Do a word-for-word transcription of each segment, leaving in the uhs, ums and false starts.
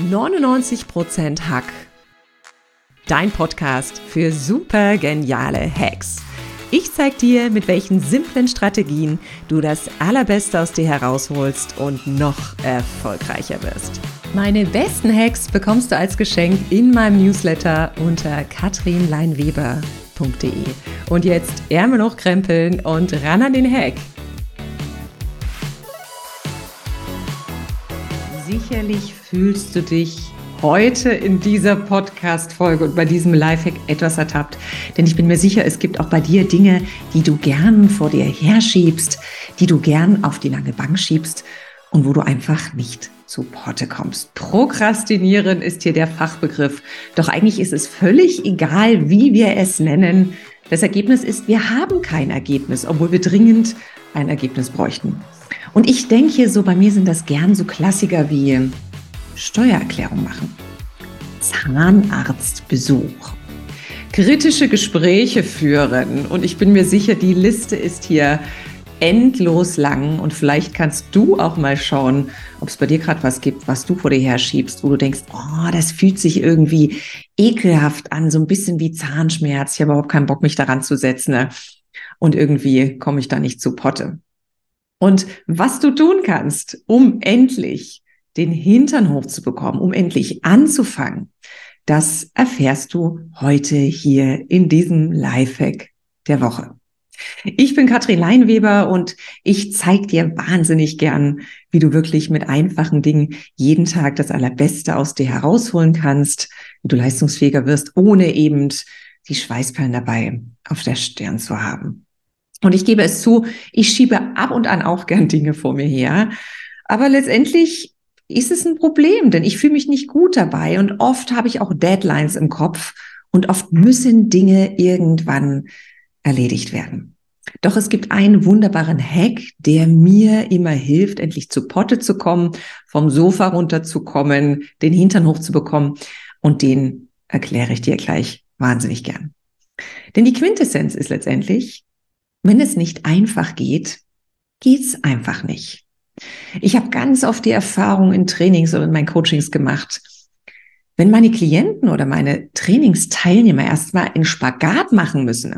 neunundneunzig Prozent Hack. Dein Podcast für super geniale Hacks. Ich zeig dir, mit welchen simplen Strategien du das Allerbeste aus dir herausholst und noch erfolgreicher wirst. Meine besten Hacks bekommst du als Geschenk in meinem Newsletter unter katrin leinweber punkt de. Und jetzt Ärmel hochkrempeln und ran an den Hack. Sicherlich fühlst du dich heute in dieser Podcast-Folge und bei diesem Lifehack etwas ertappt, denn ich bin mir sicher, es gibt auch bei dir Dinge, die du gern vor dir herschiebst, die du gern auf die lange Bank schiebst und wo du einfach nicht zu Potte kommst. Prokrastinieren ist hier der Fachbegriff, doch eigentlich ist es völlig egal, wie wir es nennen. Das Ergebnis ist, wir haben kein Ergebnis, obwohl wir dringend ein Ergebnis bräuchten. Und ich denke, so bei mir sind das gern so Klassiker wie Steuererklärung machen, Zahnarztbesuch, kritische Gespräche führen. Und ich bin mir sicher, die Liste ist hier endlos lang. Und vielleicht kannst du auch mal schauen, ob es bei dir gerade was gibt, was du vor dir herschiebst, wo du denkst, oh, das fühlt sich irgendwie ekelhaft an, so ein bisschen wie Zahnschmerz. Ich habe überhaupt keinen Bock, mich daran zu setzen. Ne? Und irgendwie komme ich da nicht zu Potte. Und was du tun kannst, um endlich den Hintern hochzubekommen, um endlich anzufangen, das erfährst du heute hier in diesem Lifehack der Woche. Ich bin Katrin Leinweber und ich zeige dir wahnsinnig gern, wie du wirklich mit einfachen Dingen jeden Tag das Allerbeste aus dir herausholen kannst, wie du leistungsfähiger wirst, ohne eben die Schweißperlen dabei auf der Stirn zu haben. Und ich gebe es zu, ich schiebe ab und an auch gern Dinge vor mir her, aber letztendlich ist es ein Problem, denn ich fühle mich nicht gut dabei und oft habe ich auch Deadlines im Kopf und oft müssen Dinge irgendwann erledigt werden. Doch es gibt einen wunderbaren Hack, der mir immer hilft, endlich zu Potte zu kommen, vom Sofa runterzukommen, den Hintern hochzubekommen und den erkläre ich dir gleich wahnsinnig gern. Denn die Quintessenz ist letztendlich, wenn es nicht einfach geht, geht's einfach nicht. Ich habe ganz oft die Erfahrung in Trainings oder in meinen Coachings gemacht, wenn meine Klienten oder meine Trainingsteilnehmer erstmal einen Spagat machen müssen,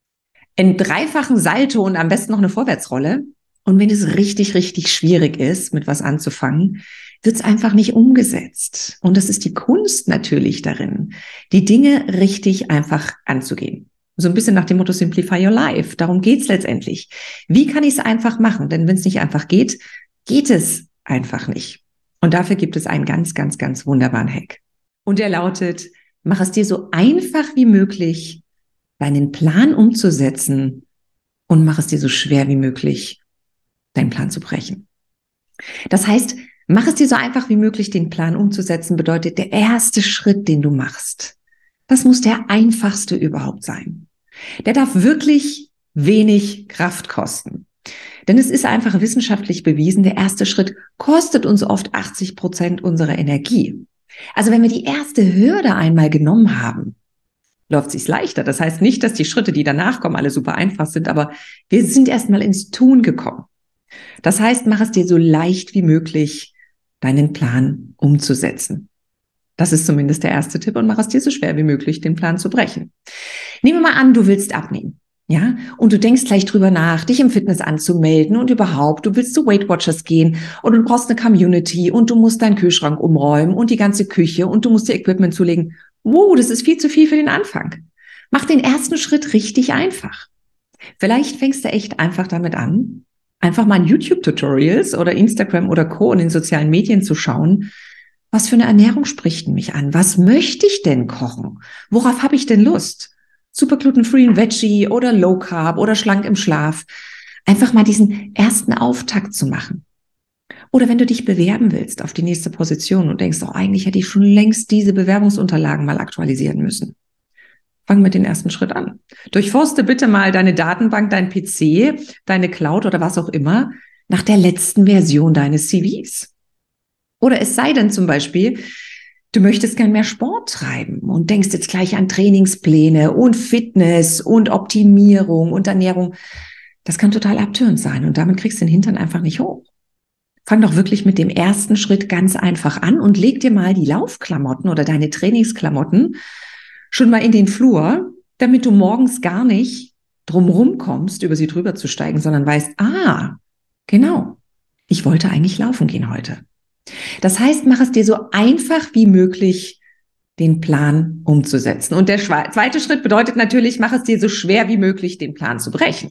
einen dreifachen Salto und am besten noch eine Vorwärtsrolle, und wenn es richtig, richtig schwierig ist, mit was anzufangen, wird es einfach nicht umgesetzt. Und das ist die Kunst natürlich darin, die Dinge richtig einfach anzugehen. So ein bisschen nach dem Motto Simplify Your Life. Darum geht's letztendlich. Wie kann ich es einfach machen? Denn wenn es nicht einfach geht, geht es einfach nicht. Und dafür gibt es einen ganz, ganz, ganz wunderbaren Hack. Und der lautet, mach es dir so einfach wie möglich, deinen Plan umzusetzen, und mach es dir so schwer wie möglich, deinen Plan zu brechen. Das heißt, mach es dir so einfach wie möglich, den Plan umzusetzen, bedeutet der erste Schritt, den du machst. Das muss der einfachste überhaupt sein. Der darf wirklich wenig Kraft kosten. Denn es ist einfach wissenschaftlich bewiesen, der erste Schritt kostet uns oft achtzig Prozent unserer Energie. Also wenn wir die erste Hürde einmal genommen haben, läuft es sich leichter. Das heißt nicht, dass die Schritte, die danach kommen, alle super einfach sind, aber wir sind erstmal ins Tun gekommen. Das heißt, mach es dir so leicht wie möglich, deinen Plan umzusetzen. Das ist zumindest der erste Tipp, und mach es dir so schwer wie möglich, den Plan zu brechen. Nehmen wir mal an, du willst abnehmen, ja, und du denkst gleich drüber nach, dich im Fitness anzumelden und überhaupt, du willst zu Weight Watchers gehen und du brauchst eine Community und du musst deinen Kühlschrank umräumen und die ganze Küche und du musst dir Equipment zulegen. Wow, das ist viel zu viel für den Anfang. Mach den ersten Schritt richtig einfach. Vielleicht fängst du echt einfach damit an, einfach mal in YouTube-Tutorials oder Instagram oder Co. in den sozialen Medien zu schauen, was für eine Ernährung spricht denn mich an? Was möchte ich denn kochen? Worauf habe ich denn Lust? Super glutenfree Veggie oder Low Carb oder schlank im Schlaf. Einfach mal diesen ersten Auftakt zu machen. Oder wenn du dich bewerben willst auf die nächste Position und denkst, oh, eigentlich hätte ich schon längst diese Bewerbungsunterlagen mal aktualisieren müssen. Fang mit dem ersten Schritt an. Durchforste bitte mal deine Datenbank, dein P C, deine Cloud oder was auch immer nach der letzten Version deines C Vs. Oder es sei denn zum Beispiel, du möchtest gern mehr Sport treiben und denkst jetzt gleich an Trainingspläne und Fitness und Optimierung und Ernährung. Das kann total abtörend sein und damit kriegst du den Hintern einfach nicht hoch. fang doch wirklich mit dem ersten Schritt ganz einfach an und leg dir mal die Laufklamotten oder deine Trainingsklamotten schon mal in den Flur, damit du morgens gar nicht drumherum kommst, über sie drüber zu steigen, sondern weißt, ah, genau, ich wollte eigentlich laufen gehen heute. Das heißt, mach es dir so einfach wie möglich, den Plan umzusetzen. Und der zweite Schritt bedeutet natürlich, mach es dir so schwer wie möglich, den Plan zu brechen.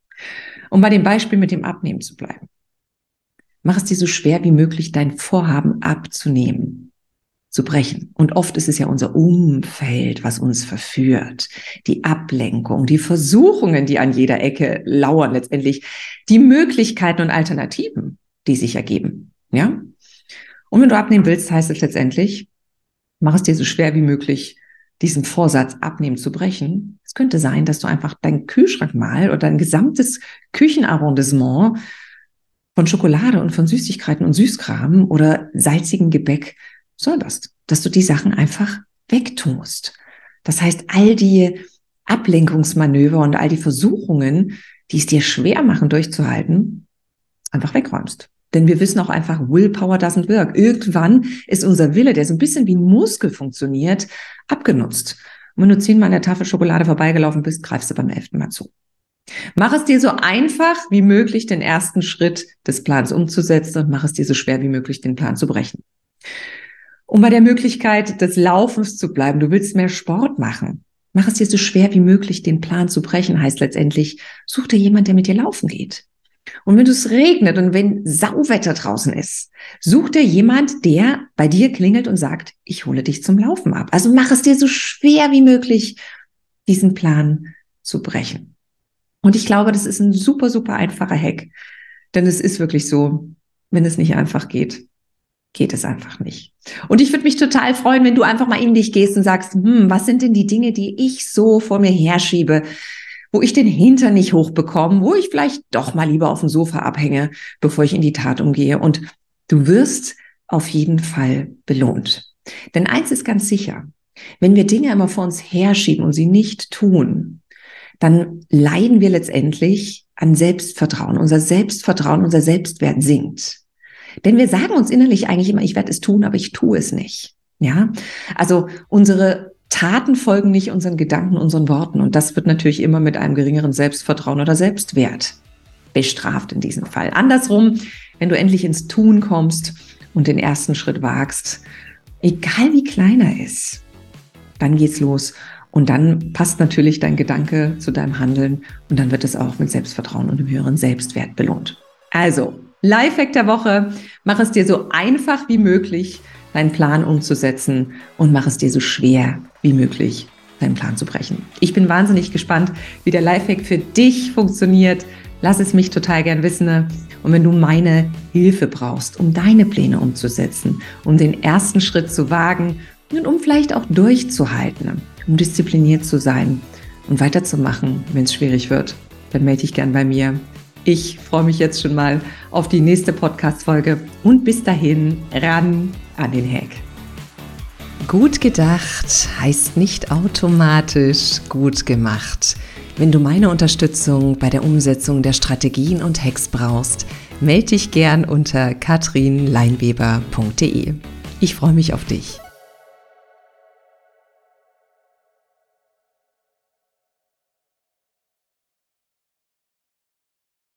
Um bei dem Beispiel mit dem Abnehmen zu bleiben. Mach es dir so schwer wie möglich, dein Vorhaben abzunehmen, zu brechen. Und oft ist es ja unser Umfeld, was uns verführt. Die Ablenkung, die Versuchungen, die an jeder Ecke lauern letztendlich, die Möglichkeiten und Alternativen, die sich ergeben. Ja? Und wenn du abnehmen willst, heißt es letztendlich, mach es dir so schwer wie möglich, diesen Vorsatz abnehmen zu brechen. Es könnte sein, dass du einfach deinen Kühlschrank mal oder dein gesamtes Küchenarrondissement von Schokolade und von Süßigkeiten und Süßkram oder salzigem Gebäck säuberst, dass du die Sachen einfach wegtust. Das heißt, all die Ablenkungsmanöver und all die Versuchungen, die es dir schwer machen, durchzuhalten, einfach wegräumst. Denn wir wissen auch einfach, Willpower doesn't work. Irgendwann ist unser Wille, der so ein bisschen wie ein Muskel funktioniert, abgenutzt. Und wenn du zehnmal an der Tafel Schokolade vorbeigelaufen bist, greifst du beim elften Mal zu. Mach es dir so einfach wie möglich, den ersten Schritt des Plans umzusetzen und mach es dir so schwer wie möglich, den Plan zu brechen. Um bei der Möglichkeit des Laufens zu bleiben, du willst mehr Sport machen. Mach es dir so schwer wie möglich, den Plan zu brechen, heißt letztendlich, such dir jemand, der mit dir laufen geht. Und wenn es regnet und wenn Sauwetter draußen ist, such dir jemand, der bei dir klingelt und sagt, ich hole dich zum Laufen ab. Also mach es dir so schwer wie möglich, diesen Plan zu brechen. Und ich glaube, das ist ein super, super einfacher Hack. Denn es ist wirklich so, wenn es nicht einfach geht, geht es einfach nicht. Und ich würde mich total freuen, wenn du einfach mal in dich gehst und sagst, hm, was sind denn die Dinge, die ich so vor mir herschiebe, wo ich den Hintern nicht hochbekomme, wo ich vielleicht doch mal lieber auf dem Sofa abhänge, bevor ich in die Tat umgehe. Und du wirst auf jeden Fall belohnt. Denn eins ist ganz sicher, wenn wir Dinge immer vor uns herschieben und sie nicht tun, dann leiden wir letztendlich an Selbstvertrauen. Unser Selbstvertrauen, unser Selbstwert sinkt. Denn wir sagen uns innerlich eigentlich immer, ich werde es tun, aber ich tue es nicht. Ja, also unsere Taten folgen nicht unseren Gedanken, unseren Worten. Und das wird natürlich immer mit einem geringeren Selbstvertrauen oder Selbstwert bestraft in diesem Fall. Andersrum, wenn du endlich ins Tun kommst und den ersten Schritt wagst, egal wie klein er ist, dann geht's los. Und dann passt natürlich dein Gedanke zu deinem Handeln und dann wird es auch mit Selbstvertrauen und einem höheren Selbstwert belohnt. Also, Lifehack der Woche, mach es dir so einfach wie möglich, deinen Plan umzusetzen und mach es dir so schwer wie möglich, deinen Plan zu brechen. Ich bin wahnsinnig gespannt, wie der Lifehack für dich funktioniert. Lass es mich total gern wissen. Und wenn du meine Hilfe brauchst, um deine Pläne umzusetzen, um den ersten Schritt zu wagen und um vielleicht auch durchzuhalten, um diszipliniert zu sein und weiterzumachen, wenn es schwierig wird, dann melde dich gern bei mir. Ich freue mich jetzt schon mal auf die nächste Podcast-Folge und bis dahin ran an den Hack. Gut gedacht heißt nicht automatisch gut gemacht. Wenn du meine Unterstützung bei der Umsetzung der Strategien und Hacks brauchst, melde dich gern unter katrin leinweber punkt de. Ich freue mich auf dich.